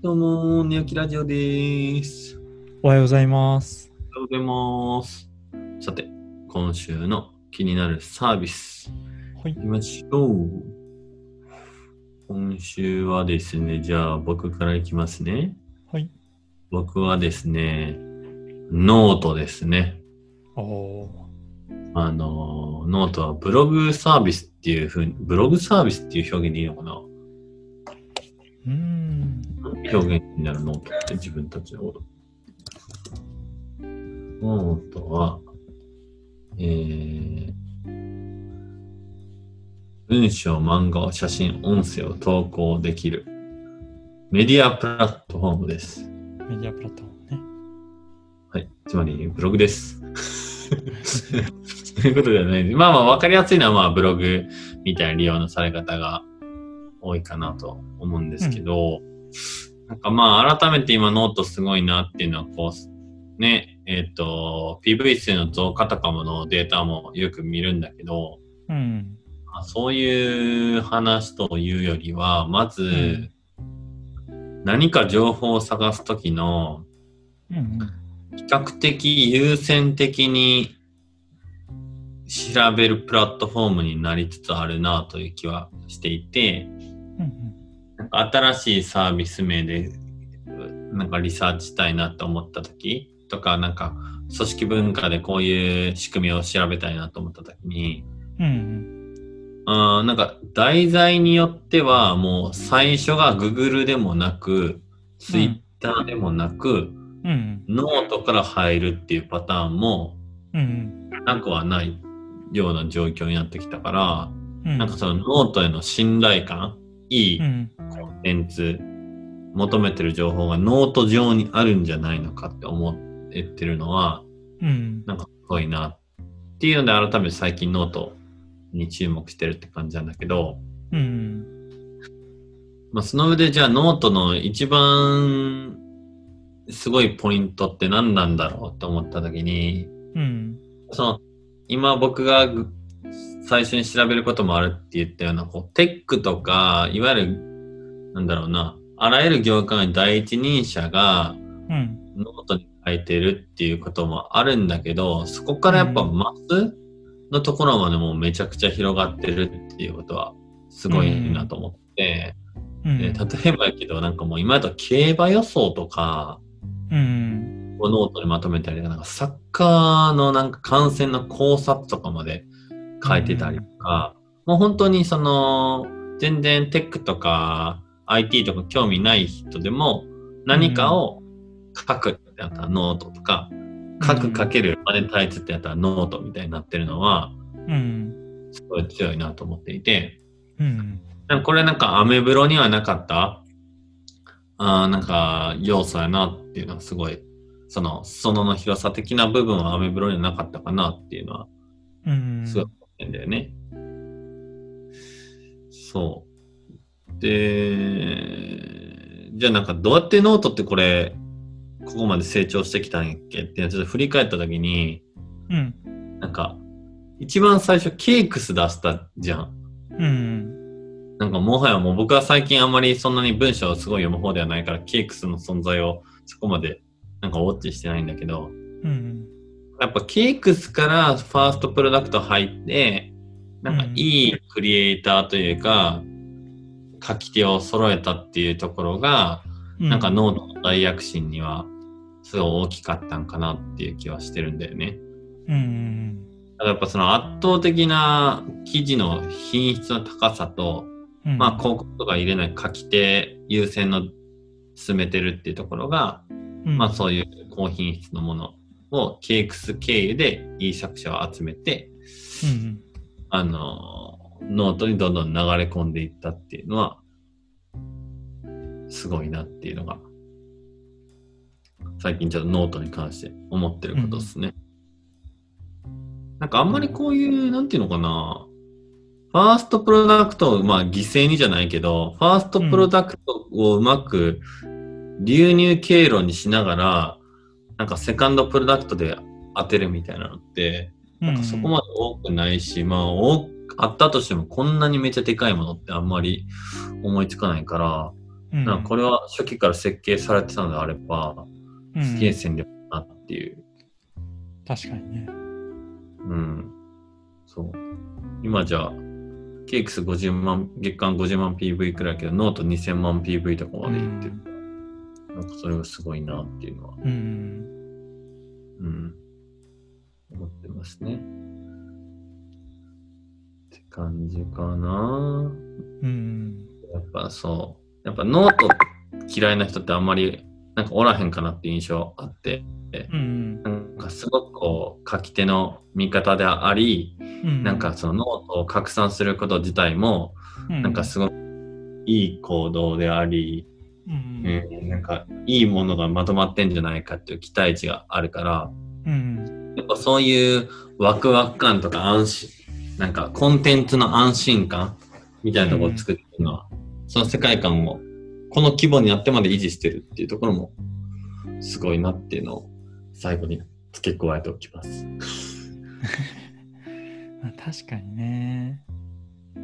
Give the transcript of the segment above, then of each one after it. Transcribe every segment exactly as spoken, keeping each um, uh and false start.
どうも、寝起きラジオでーす。 おはようございます。 おはようございます。さて、今週の気になるサービス、 はい。 行きましょう。今週はですね、じゃあ僕から行きますね。 はい。 僕はですね、ノートですね。 おー。 あの、ノートはブログサービスっていう風に、ブログサービスっていう表現でいいのかな？ うーん。 表現になるノートって自分たちのこと。ノートは、えー、文章、漫画、写真、音声を投稿できるメディアプラットフォームです。 メディアプラットフォームね。 はい。つまり、ブログです。そういうことではないです。まあまあ、わかりやすいのは、まあ、ブログみたいな利用のされ方が多いかなと思うんですけど、うん、なんかまあ、改めて今、ノートすごいなっていうのは、こう、ね、えっと、ピーブイ 数の増加とかものデータもよく見るんだけど、 うん。 そういう話というよりは、まず、 うん、 何か情報を探すときの、 うん、 比較的優先的に調べるプラットフォームになりつつあるなという気はしていて、 うん、 なんか新しいサービス名でなんかリサーチしたいなと思ったときとか、なんか組織文化でこういう仕組みを調べたいなと思ったときに、 うん、 あなんか題材によってはもう最初が Google でもなく Twitter でもなく、うん、ノートから入るっていうパターンもなくはないような状況になってきたから、うん、なんかそのノートへの信頼感、いいコンテンツ、求めてる情報がノート上にあるんじゃないのかって思ってるのは、うん、なんかすごいなっていうので改めて最近ノートに注目してるって感じなんだけど、うん、まあその上でじゃあノートの一番すごいポイントって何なんだろうって思った時に、うん、その今僕が最初に調べることもあるって言ったようなこうテックとかいわゆるなんだろうなあらゆる業界の第一人者がノートに書いてるっていうこともあるんだけど、そこからやっぱマスのところまでもめちゃくちゃ広がってるっていうことはすごいなと思って、うん、で例えばやけどなんかもう今だと競馬予想とか、うん、ノートにまとめたりとか、なんかサッカーのなんか観戦の考察とかまで書いてたりとか、うん、もう本当にその全然テックとか アイティー とか興味ない人でも何かを書くってやったらノートとか、書くかけるマネタイズってやったらノートみたいになってるのは、うん、すごい強いなと思っていて、うん、なんかこれなんかアメブロにはなかったあなんか要素やなっていうのはすごい、その裾野の広さ的な部分はアメブロにはなかったかなっていうのはすごい思ってんだよね。そう。で、じゃあなんかどうやってノートってこれここまで成長してきたんやっけっていうのをちょっと振り返ったときに、うん、なんか一番最初ケークス出したじゃん。うん。なんかもはやもう僕は最近あんまりそんなに文章をすごい読む方ではないからケークスの存在をそこまでなんかウォッチしてないんだけど、うん、やっぱケークスからファーストプロダクト入って、なんかいいクリエイターというか、書き手を揃えたっていうところが、うん、なんかノートの大躍進にはすごい大きかったんかなっていう気はしてるんだよね。うん。やっぱその圧倒的な記事の品質の高さと、うん、まあ広告とか入れない書き手優先の進めてるっていうところが、うん、まあそういう高品質のものを ケーエックス 経由でいい作者を集めて、うん、あのノートにどんどん流れ込んでいったっていうのはすごいなっていうのが最近ちょっとノートに関して思ってることですね。うん、なんかあんまりこういうなんていうのかな、ファーストプロダクトをまあ犠牲にじゃないけど、ファーストプロダクトをうまく流入経路にしながら、なんかセカンドプロダクトで当てるみたいなのって、なんかそこまで多くないし、まあ多くあったとしてもこんなにめっちゃでかいものってあんまり思いつかないから、 うん、 なんかこれは初期から設計されてたのであれば、 うん、 すげえ戦略だなっていう。 確かにね。 うん。そう。今じゃあ、ケークスごじゅうまん、月間ごじゅうまん ピーブイ くらいだけど、ノートにせんまん ピーブイ とかまでいってる。 うん、 なんかそれがすごいなっていうのは、 うん、 うん、思ってますね。って感じかな。 うん、 やっぱそう。やっぱノート嫌いな人ってあんまりなんかおらへんかなっていう印象あって、 うん、 なんかすごくこう書き手の味方であり、 うん、 なんかそのノートを拡散すること自体も、 うん、 なんかすごくいい行動であり、 うん、 うん、なんかいいものがまとまってんじゃないかっていう期待値があるから、 うん、 やっぱそういうワクワク感とか安心、なんかコンテンツの安心感みたいなところを作っていくのは、その世界観をこの規模になってまで維持してるっていうところもすごいなっていうのを最後に付け加えておきます。 確かにね。うん、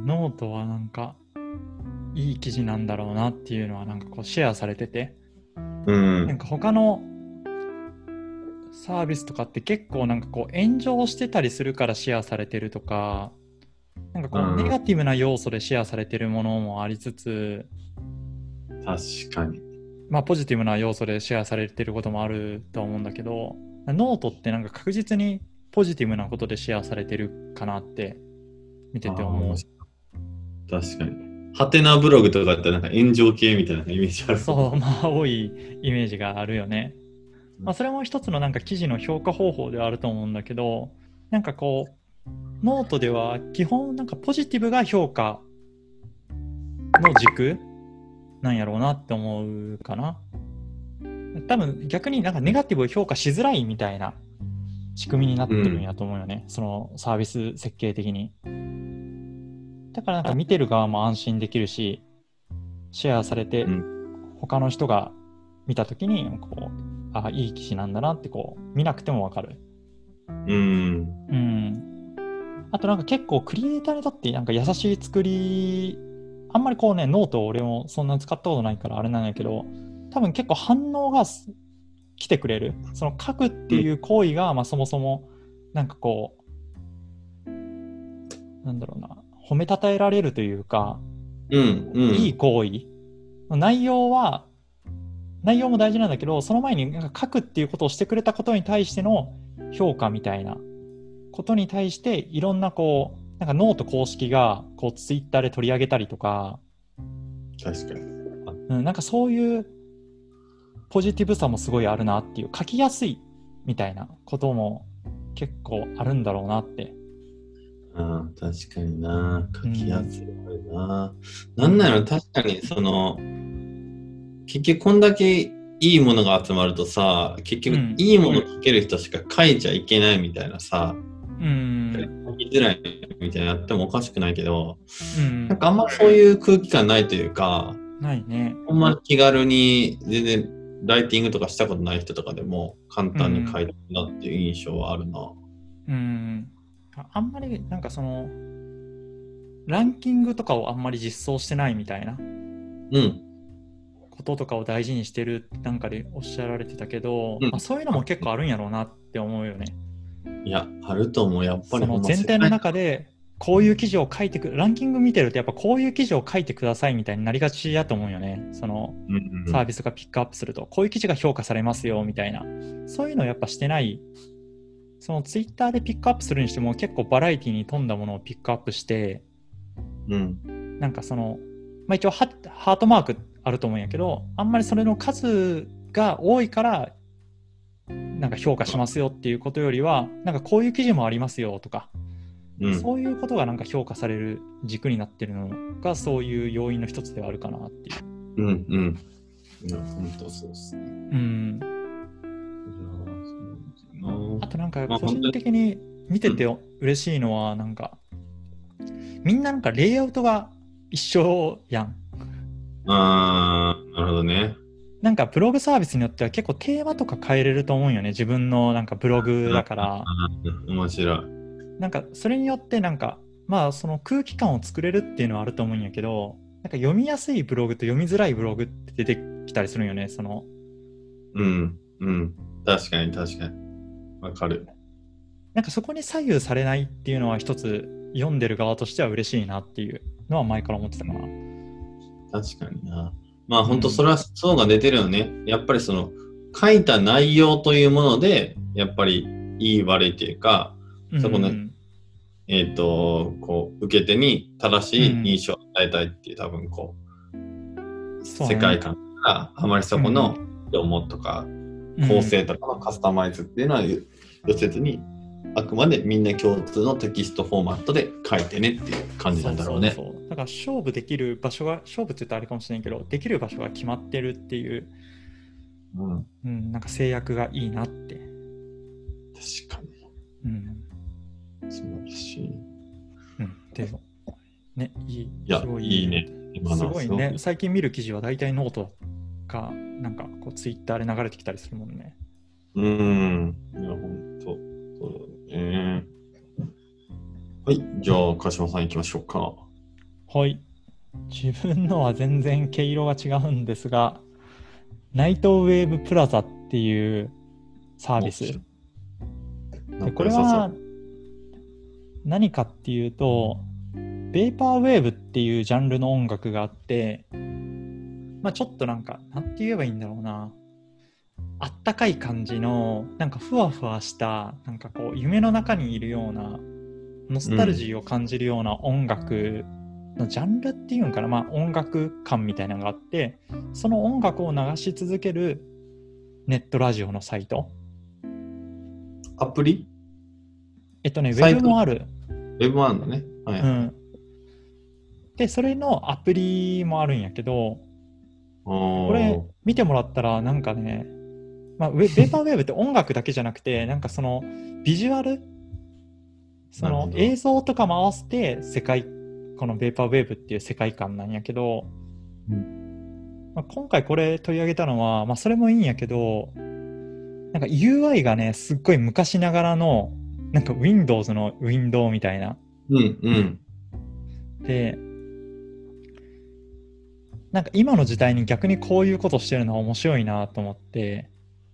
ノートはなんかいい記事なんだろうなっていうのはなんかこうシェアされてて、 うん、 なんか他のサービスとかって結構なんかこう炎上してたりするからシェアされてるとか、なんかこうネガティブな要素でシェアされてるものもありつつ、 確かに。 まあポジティブな要素でシェアされてることもあるとは思うんだけど、ノートってなんか確実にポジティブなことでシェアされてるかなって見てて思う。 確かに。ハテナブログとかだったらなんか炎上系みたいなイメージある。 そう、まあ多いイメージがあるよね。まあそれも一つのなんか記事の評価方法ではあると思うんだけど、なんかこう、ノートでは基本なんかポジティブが評価の軸なんやろうなって思うかな。多分逆になんかネガティブを評価しづらいみたいな仕組みになってるんやと思うよね、うん、そのサービス設計的に。だからなんか見てる側も安心できるし、シェアされて他の人が見たときにこう、あ、いい記事なんだなってこう見なくてもわかる。 うん。 うん。あとなんか結構クリエイターにとってなんか優しい作り、あんまりこうね、ノートを俺もそんなに使ったことないからあれなんやけど、多分結構反応が来てくれる。その書くっていう行為が、まあそもそもなんかこう、なんだろうな、褒めたたえられるというか、 うんうん、 いい行為。内容は、内容も大事なんだけど、その前になんか書くっていうことをしてくれたことに対しての評価みたいなことに対して、いろんなこう、なんかノート公式がこうツイッターで取り上げたりとか、 確かに。 うん、なんかそういうポジティブさもすごいあるなっていう、書きやすいみたいなことも結構あるんだろうなって。 ああ、確かにな。書きやすいな。うん、なんなら確かにその、結局こんだけいいものが集まるとさ、結局いいもの書ける人しか書いちゃいけないみたいなさ、うん、書きづらいみたいなやってもおかしくないけど、うん、なんかあんまそういう空気感ないというか、 ないね。 ほんま気軽に全然ライティングとかしたことない人とかでも簡単に書いてるなっていう印象はあるな。 うん、うん、あんまりなんかそのランキングとかをあんまり実装してないみたいな、うん、こととかを大事にしてるなんかでおっしゃられてたけど、うん、まあ、そういうのも結構あるんやろうなって思うよね。 いや、あると思う。やっぱりその全体の中でこういう記事を書いてくランキング見てるとやっぱこういう記事を書いてくださいみたいになりがちやと思うよね。そのサービスがピックアップするとこういう記事が評価されますよみたいな、そういうのをやっぱしてない。そのツイッターでピックアップするにしても結構バラエティに富んだものをピックアップして、うん、なんかその、まあ、一応ハートマークあると思うんやけど、あんまりそれの数が多いからなんか評価しますよっていうことよりは、なんかこういう記事もありますよとか、うん、そういうことがなんか評価される軸になってるのがそういう要因の一つではあるかなっていう。 うんうん。いや本当そうですね。うん。 あとなんか個人的に見てて嬉しいのはなんか、みんななんかレイアウトが一緒やん。 あー、なるほどね。 なんかブログサービスによっては結構テーマとか変えれると思うんよね。自分のなんかブログだから。 面白い。 なんかそれによってなんかまあその空気感を作れるっていうのはあると思うんやけど、 なんか読みやすいブログと読みづらいブログって出てきたりするんよね、その。 うんうん。確かに確かに。わかる。 なんかそこに左右されないっていうのは一つ読んでる側としては嬉しいなっていうのは前から思ってたかな。 確かにな。まあ本当それはそうが出てるよね。うん、やっぱりその書いた内容というもので、やっぱりいい悪いというか、うん、そこの、えっ、ー、と、こう、受け手に正しい印象を与えたいっていう、多分こう、うん、世界観があまりそこの読もとか、うん、構成とかのカスタマイズっていうのは寄せずに、あくまでみんな共通のテキストフォーマットで書いてねっていう感じなんだろうね。 そうそうそう。だから勝負できる場所が、勝負って言ったらあれかもしれないけど、できる場所が決まってるっていう、うんうん、なんか制約がいいなって。 確かに。うん。素晴らしい。 うん。で、ね、いい。 いや、すごいいい、いいね。 今のすごいね。最近見る記事は大体ノートか、なんかこうツイッターで流れてきたりするもんね。 うーん。いや、ほんと。そうだね。はい。じゃあ、鹿島さん行きましょうか。 はい。自分のは全然毛色が違うんですが、ナイトウェーブプラザっていうサービス。でこれは何かっていうと、ベーパーウェーブっていうジャンルの音楽があって、まあちょっとなんか、なんて言えばいいんだろうな。あったかい感じの、なんかふわふわした、なんかこう夢の中にいるような、ノスタルジーを感じるような音楽のジャンルっていうんかな、まあ音楽感みたいなのがあって、その音楽を流し続けるネットラジオのサイト。 アプリ？ えっとね、ウェブもある。 ウェブもあるのね。はい。うん。 で、それのアプリもあるんやけど、これ見てもらったらなんかね、まあ、ベーパーウェーブって音楽だけじゃなくて、なんかそのビジュアル、その映像とかも合わせて世界、このベーパーウェーブっていう世界観なんやけど、うんまあ、今回これ取り上げたのは、まあそれもいいんやけど、なんか ユーアイ がね、すっごい昔ながらの、なんか Windows のウィンドウみたいな。 うんうん。 で、なんか今の時代に逆にこういうことしてるのは面白いなと思って、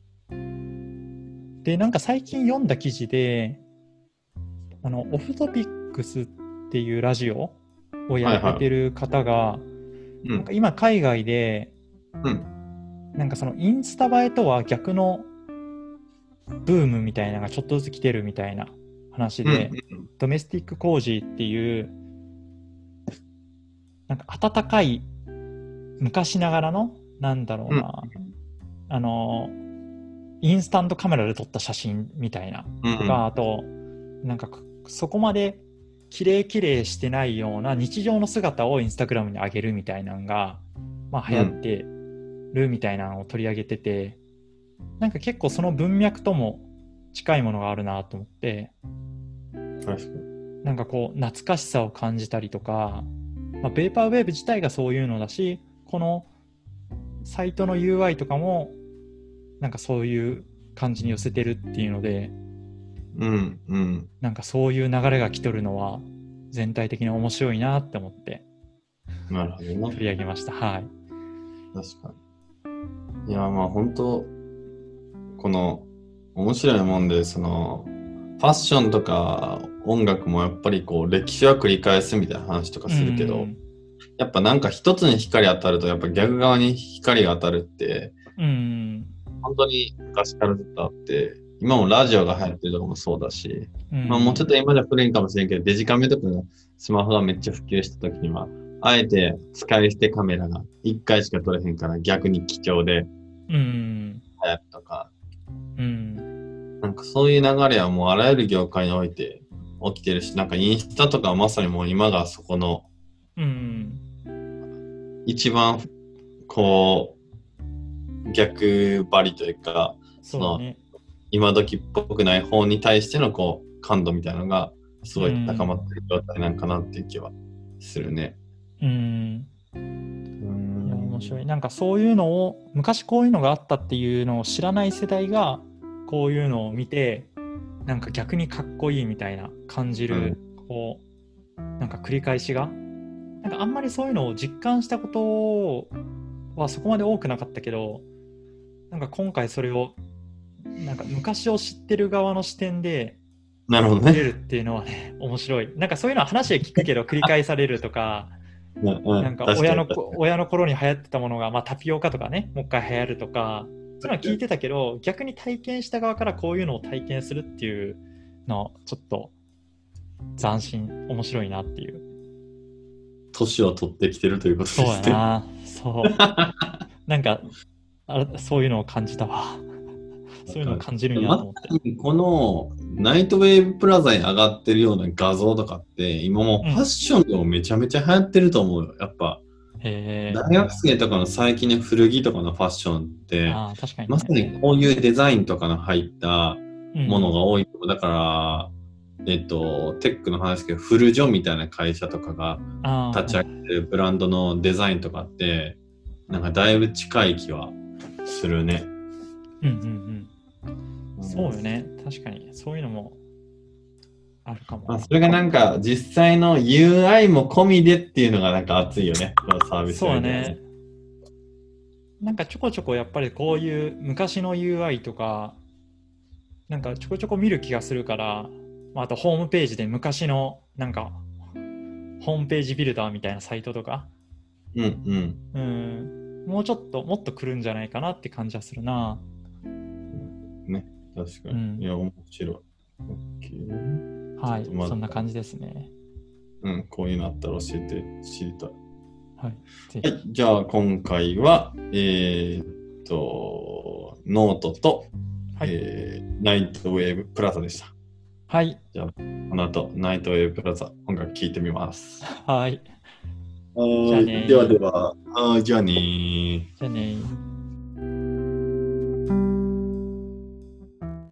で、なんか最近読んだ記事で、あの、オフトピックスっていうラジオをやられてる方が、はいはいうん、なんか今海外で、うん、なんかそのインスタ映えとは逆のブームみたいなのがちょっとずつ来てるみたいな話で、うんうん、ドメスティックコージーっていう、なんか温かい昔ながらの、なんだろうな、うん、あの、インスタントカメラで撮った写真みたいなとか、うん、あと、なんかそこまで綺麗綺麗してないような日常の姿をインスタグラムに上げるみたいなのが、まあ流行ってるみたいなのを取り上げてて、うん、なんか結構その文脈とも近いものがあるなと思って、 確かに。 なんかこう懐かしさを感じたりとか、まあ、ベーパーウェーブ自体がそういうのだし、このサイトの ユーアイ とかもなんかそういう感じに寄せてるっていうので、 うんうん、 なんかそういう流れが来とるのは全体的に面白いなって思ってなるほど、ね、 取り上げました。はい。 確かに。いやまあ本当この面白いもんで、そのファッションとか音楽もやっぱりこう歴史は繰り返すみたいな話とかするけど、うん、やっぱなんか一つに光当たるとやっぱ逆側に光が当たるって、 うん、 本当に昔からずっとあって、今もラジオが流行ってるとかもそうだし、うん、まあもうちょっと今じゃ古いかもしれんけど、デジカメとかスマホがめっちゃ普及した時には、あえて使い捨てカメラがいっかいしか撮れへんから逆に貴重で流行るとか、 うん、 なんかそういう流れはもうあらゆる業界において起きてるし、なんかインスタとかまさにもう今がそこの、 うん、 一番こう逆張りというか、その今時っぽくない方に対してのこう感度みたいなのがすごい高まってる状態なんかなっていう気はするね。 うん。うんいや面白い。なんかそういうのを昔こういうのがあったっていうのを知らない世代がこういうのを見てなんか逆にかっこいいみたいな感じる、うん、こうなんか繰り返しがなんかあんまりそういうのを実感したことはそこまで多くなかったけど、なんか今回それをなんか昔を知ってる側の視点でなるほど見れるね。 っていうのはね、面白い。なんかそういうのは話で聞くけど繰り返されるとか、 うんうん、 なんか確か親のに確かに。 親の頃に流行ってたものが、まあ、タピオカとかね、もう一回流行るとか、そういうのは聞いてたけど、逆に体験した側からこういうのを体験するっていうの、ちょっと斬新、面白いなっていう。 年を取ってきてるということですね。 そうやな。そう。なんかあ、そういうのを感じたわ。そういうのを感じるんやと思って。 まさにこのナイトウェーブプラザに上がってるような画像とかって今もうファッションでもめちゃめちゃ流行ってると思うよ。やっぱへ大学生とかの最近の古着とかのファッションって、 あ確かにね、 まさにこういうデザインとかの入ったものが多い。うん、だから、えっと、テックの話ですけど、フルジョンみたいな会社とかが立ち上げてるブランドのデザインとかって、なんかだいぶ近い気はするね。 うんうんうん。そうよね。確かに。そういうのもあるかも、ね。 まあ、それがなんか実際の ユーアイ も込みでっていうのがなんか熱いよね。このサービスそうね。なんかちょこちょこやっぱりこういう昔の ユーアイ とか、なんかちょこちょこ見る気がするから、あとホームページで昔のなんかホームページビルダーみたいなサイトとか、 うんうん。 うん、もうちょっともっと来るんじゃないかなって感じはするな。 ね、確かに。うん、いや、面白い。OK、 はい、そんな感じですね。 うん、こういうのあったら教えて知りたい。 はい、 ぜひ。はい、じゃあ今回は、えー、っと、ノートと、はい、えー、ナイトウェーブプラザでした。 はい。 じゃあ、この後、ナイトウェーブプラザ、音楽聴いてみます。 はい。 はい。ではでは、あじゃあねー。 じゃあねー。